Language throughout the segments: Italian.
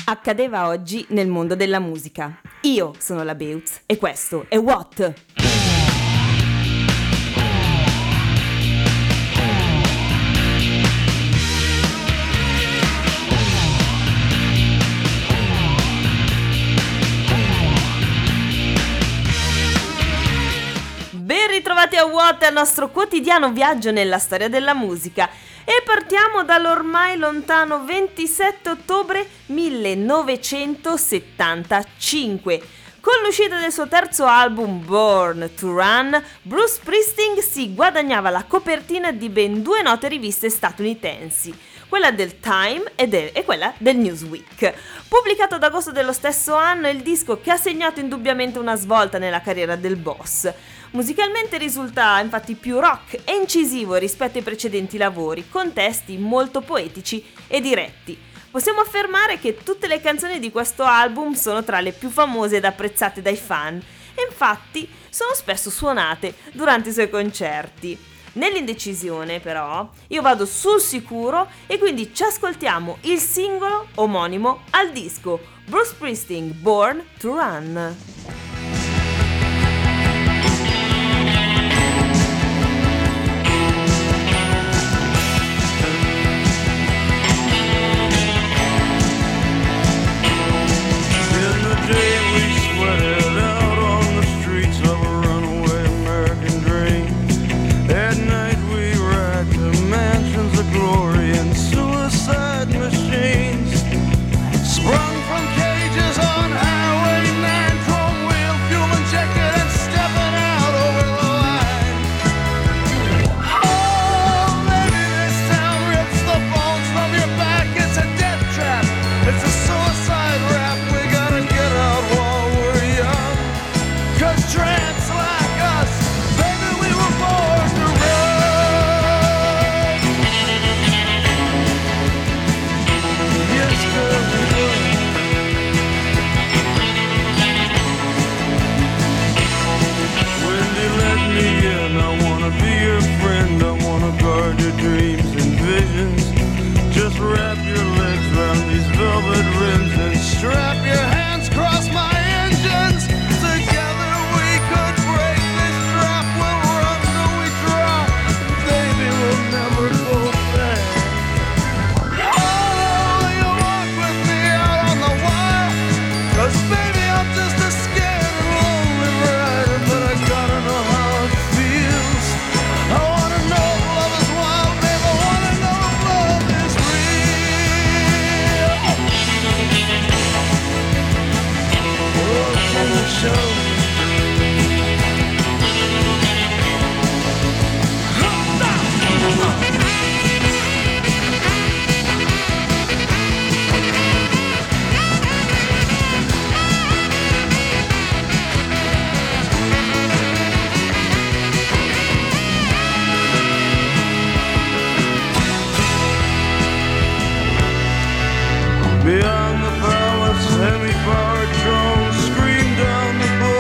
Accadeva oggi nel mondo della musica. Io sono la Beutz e questo è What? Ben ritrovati a What, al nostro quotidiano viaggio nella storia della musica. E partiamo dall'ormai lontano 27 ottobre 1975. Con l'uscita del suo terzo album Born to Run, Bruce Springsteen si guadagnava la copertina di ben due note riviste statunitensi, quella del Time e quella del Newsweek. Pubblicato ad agosto dello stesso anno, è il disco che ha segnato indubbiamente una svolta nella carriera del boss. Musicalmente risulta infatti più rock e incisivo rispetto ai precedenti lavori, con testi molto poetici e diretti. Possiamo affermare che tutte le canzoni di questo album sono tra le più famose ed apprezzate dai fan, e infatti sono spesso suonate durante i suoi concerti. Nell'indecisione però io vado sul sicuro e quindi ci ascoltiamo il singolo omonimo al disco, Bruce Springsteen, Born to Run. Beyond the palace, semi-powered drones scream down the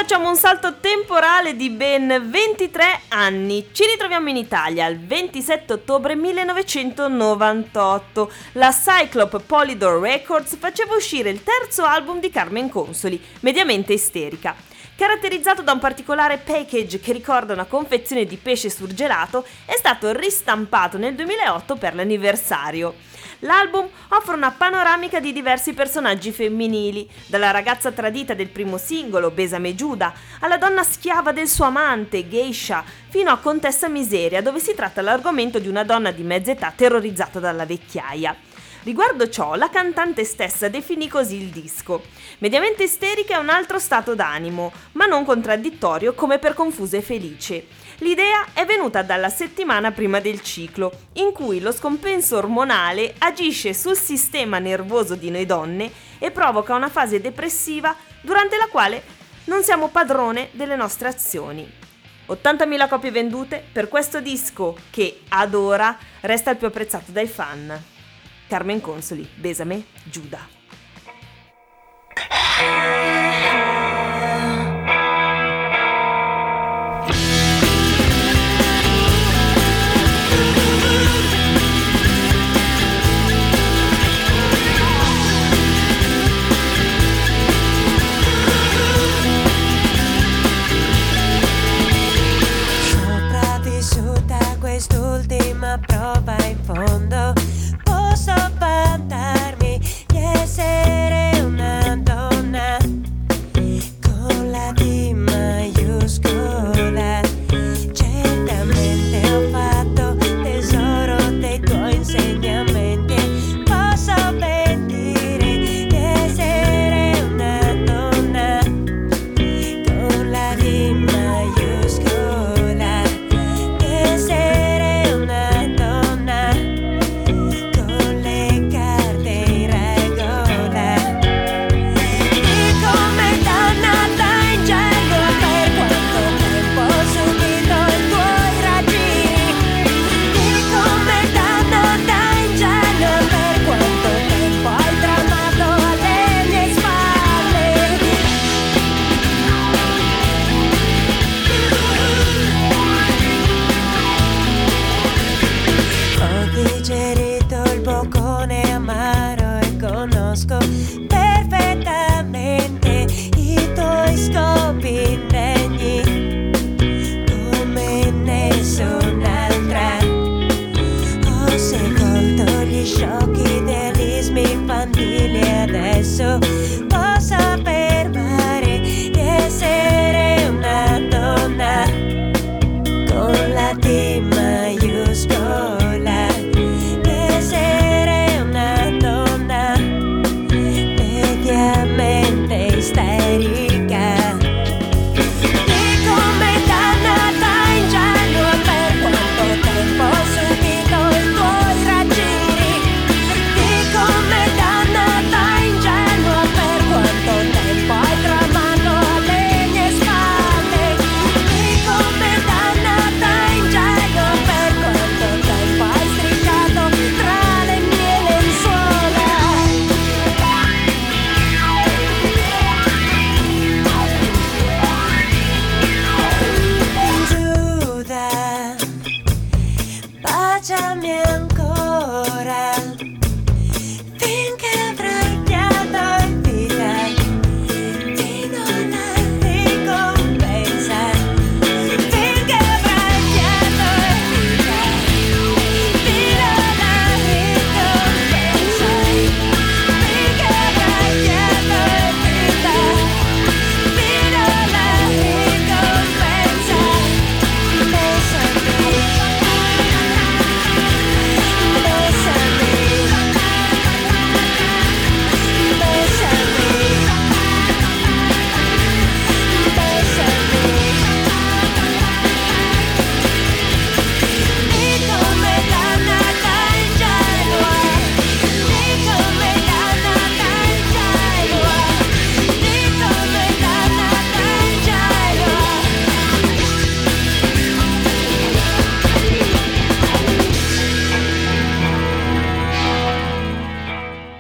facciamo un salto temporale di ben 23 anni. Ci ritroviamo in Italia il 27 ottobre 1998. La Cyclop Polydor Records faceva uscire il terzo album di Carmen Consoli, Mediamente Isterica. Caratterizzato da un particolare package che ricorda una confezione di pesce surgelato, è stato ristampato nel 2008 per l'anniversario. L'album offre una panoramica di diversi personaggi femminili, dalla ragazza tradita del primo singolo, Besame Giuda, alla donna schiava del suo amante, Geisha, fino a Contessa Miseria, dove si tratta l'argomento di una donna di mezza età terrorizzata dalla vecchiaia. Riguardo ciò, la cantante stessa definì così il disco. Mediamente Isterica è un altro stato d'animo, ma non contraddittorio come per Confusa e Felice. L'idea è venuta dalla settimana prima del ciclo, in cui lo scompenso ormonale agisce sul sistema nervoso di noi donne e provoca una fase depressiva durante la quale non siamo padrone delle nostre azioni. 80.000 copie vendute per questo disco che, ad ora, resta il più apprezzato dai fan. Carmen Consoli, Besame Giuda. Sopravvissuta quest'ultima prova in fondo, posso vantarmi di essere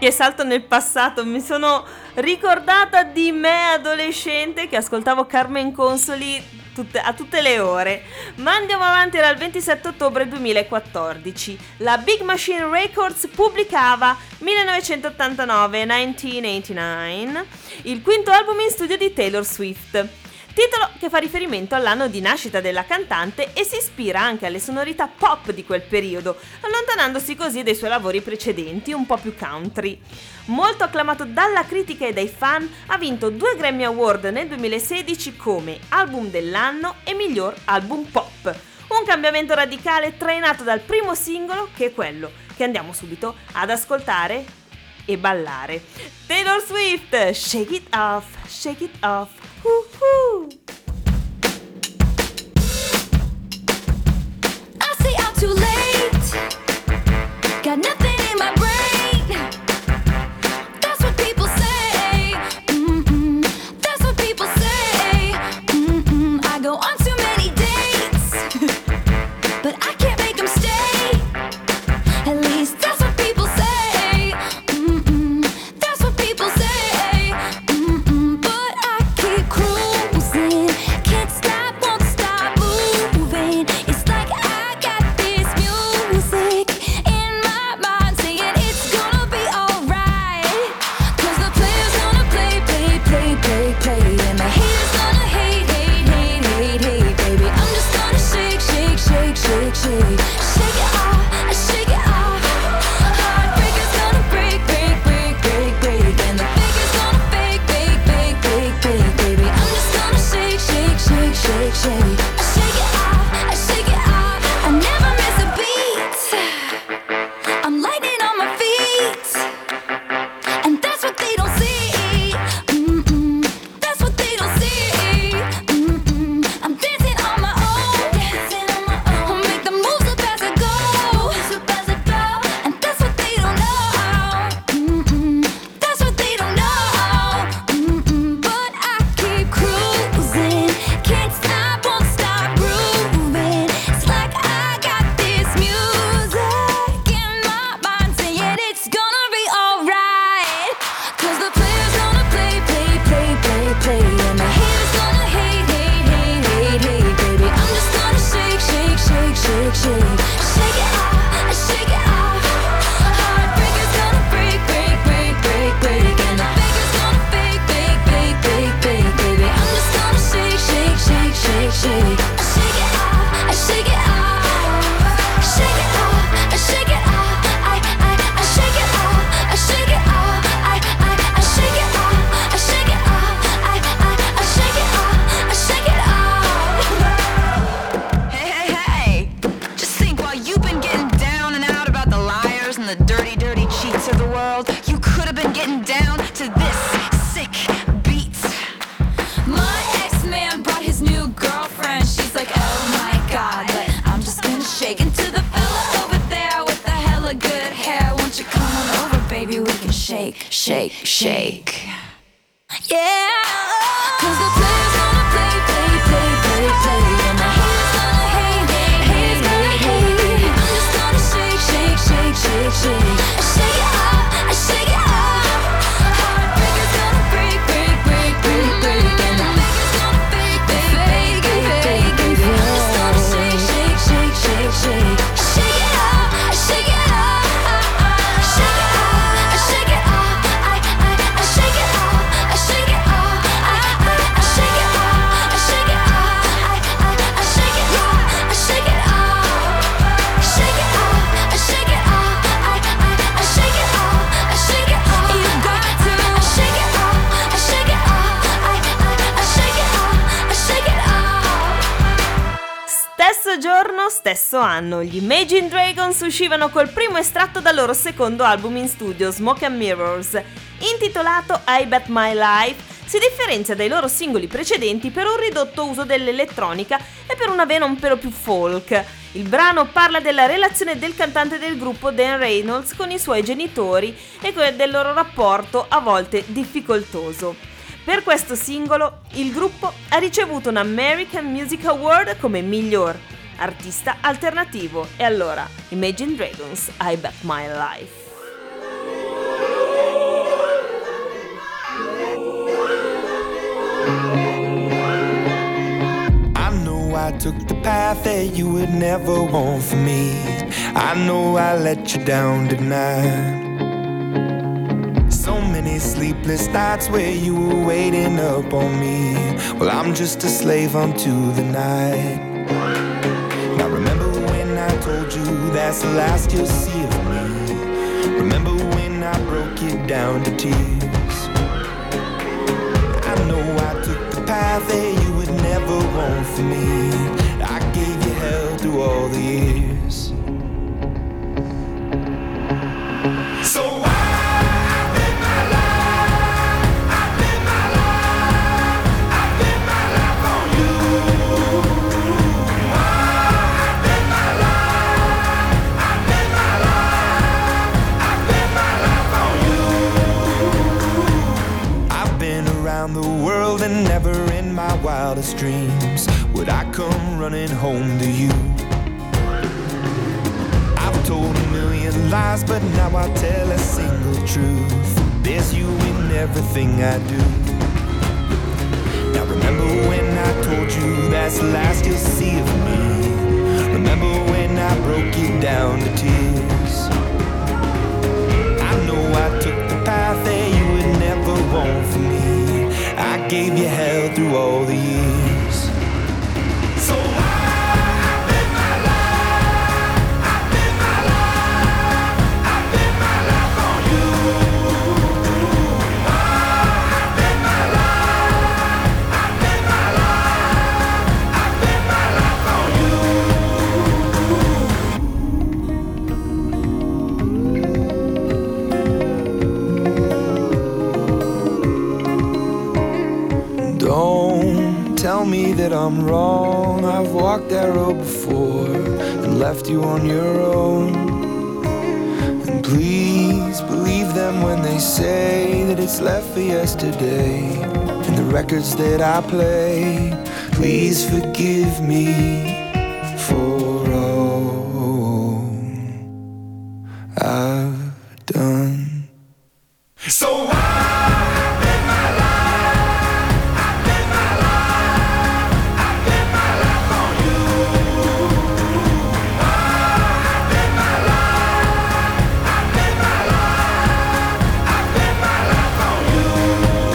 che salto nel passato, mi sono ricordata di me adolescente che ascoltavo Carmen Consoli a tutte le ore. Ma andiamo avanti, era il 27 ottobre 2014. La Big Machine Records pubblicava 1989, il quinto album in studio di Taylor Swift. Titolo che fa riferimento all'anno di nascita della cantante e si ispira anche alle sonorità pop di quel periodo, allontanandosi così dai suoi lavori precedenti, un po' più country. Molto acclamato dalla critica e dai fan, ha vinto 2 Grammy Award nel 2016 come album dell'anno e miglior album pop. Un cambiamento radicale trainato dal primo singolo, che è quello che andiamo subito ad ascoltare e ballare. Taylor Swift, Shake It Off, Shake It Off. Woo-hoo. I say I'm too late. Got nothing in my brain. That's what people say. That's what people say. I go on too many dates, but I can't make them stay. At least that's what people say. That's what people say. But I keep cruising, can't stop, won't stop moving. It's like I got this music in my mind saying it's gonna be alright. 'Cause the player's gonna play, play, play, play, play, and the haters gonna hate, hate, hate, hate, hate, baby. I'm just gonna shake, shake, shake, shake, shake. Shake it off, shake it off. Heartbreaker's gonna break, break, break, break, break, and the faker's gonna fake, fake, fake, fake, fake, baby. I'm just gonna shake, shake, shake, shake, shake. Shake it off, shake it off. I never miss a beat. I'm lightning on my feet, and that's what they don't see. That's what they don't see. I'm dancing on my own, dancing on my own. Make the moves up as I go, and that's what they don't know. That's what they don't know. But I keep cruising, can't stop, won't stop grooving. It's like I got this music in my mind saying it's gonna be alright. 'Cause the player's gonna play, play, play, play, play, and the haters gonna hate, hate, hate, hate, hate, baby. I'm just gonna shake, shake, shake, shake, shake. Shake it off, shake it off. Heartbreaker's gonna break, break, break, break, break, and the faker's gonna fake, fake, fake, fake, fake, baby. I'm just gonna shake, shake, shake, shake, shake. Shake it off, shake it off. Shake it off, shake it off. I shake it off, shake it off. I shake it off, shake it off. I shake it off, shake it off. Hey, hey, hey! Just think, while you've been getting down and out about the liars and the dirty, dirty cheats of the world, you could have been getting down to this sick beat. My ex-man brought his new girlfriend. She's like, oh my god, but I'm just gonna shake into the fella over there with the hella good hair. Won't you come on over, baby? We can shake, shake, shake. Yeah, 'cause the player's gonna play, play, play, play, play, and the haters gonna hate, hate, hate, hate, hate. I'm just gonna shake, shake, shake, shake, shake. Shake it off, shake it off. Heartbreaker's gonna break, break, break, break, break, and the faker's gonna fake, fake, fake, fake, fake, baby. I'm just gonna shake, shake, shake, shake, shake. Shake it off, shake it off. Shake it off, shake it off. I shake it off, shake it off. I shake it off, shake it off. I shake it off, shake it off. Shake it off, shake it off. I shake it off, shake it off. You got to shake it off, shake it off. I shake it off, shake it off. Stesso giorno, stesso anno, gli Imagine Dragons uscivano col primo estratto dal loro secondo album in studio, Smoke and Mirrors. Intitolato I Bet My Life, si differenzia dai loro singoli precedenti per un ridotto uso dell'elettronica e per una vena un pelo più folk. Il brano parla della relazione del cantante del gruppo Dan Reynolds con i suoi genitori e del loro rapporto a volte difficoltoso. Per questo singolo, il gruppo ha ricevuto un American Music Award come miglior artista alternativo. E allora, Imagine Dragons, I Bet My Life. took the path that you would never want for me. I know I let you down tonight. So many sleepless nights where you were waiting up on me. Well, I'm just a slave unto the night. Now remember when I told you that's the last you'll see of me. Remember when I broke you down to tears. I know I took the path that you would never want for me. I gave you hell through all the years. So I live my life, I live my life, I live my life on you. I live my life, I live my life, I live my life on you. I've been around the world and never in my wildest dreams would I come running home to you. I've told a million lies, but now I tell a single truth. There's you in everything I do. Now remember when I told you that's the last you'll see of me. Remember when I broke you down to tears. I know I took the path that you would never want for me. I gave you hell through all the years. So I live my life, I live my life, I live my life on you. I live my life, I live my life, I live my life on you. Don't tell me that I'm wrong. I've walked that road before and left you on your own. And please believe them when they say that it's left for yesterday. And the records that I play, please forgive me for all I've done. So I live my life, I live my life, I live my life on you. I live my life, I live my life, I live my life on you.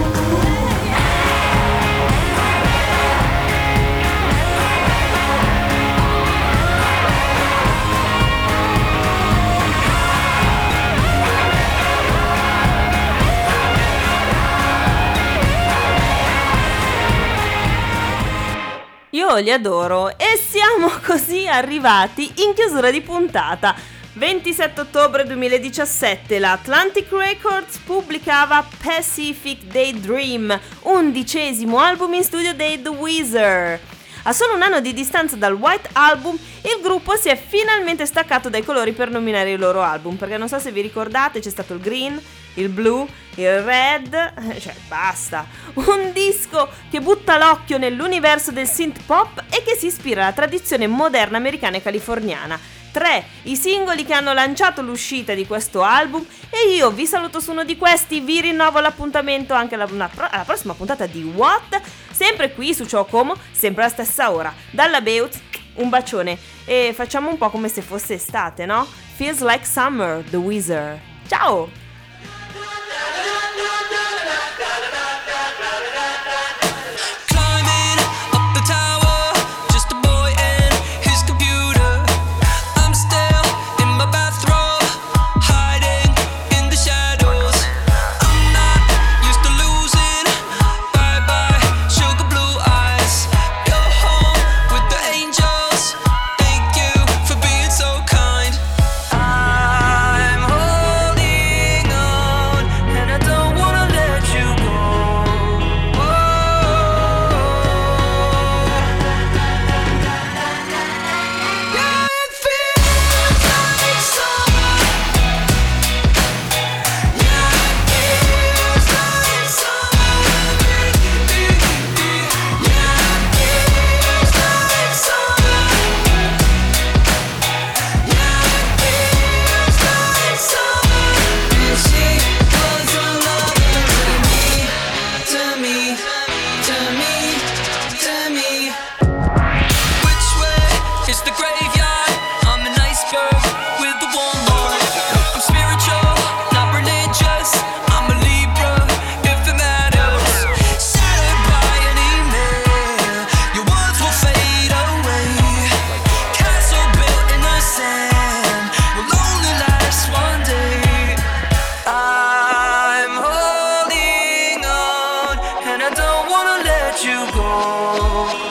Io li adoro e siamo così arrivati in chiusura di puntata. 27 ottobre 2017 la Atlantic Records pubblicava Pacific Daydream, 11° album in studio dei The Weezer. A solo un anno di distanza dal White Album, il gruppo si è finalmente staccato dai colori per nominare i loro album, perché non so se vi ricordate, c'è stato il green, il blu, il red, cioè basta. Un disco che butta l'occhio nell'universo del synth pop e che si ispira alla tradizione moderna americana e californiana. 3 i singoli che hanno lanciato l'uscita di questo album e io vi saluto su uno di questi, vi rinnovo l'appuntamento anche alla prossima puntata di What, sempre qui su Ciao Como, sempre alla stessa ora. Dalla Beutz, un bacione e facciamo un po' come se fosse estate, no? Feels Like Summer, The Weezer. Ciao! I'm holding you go.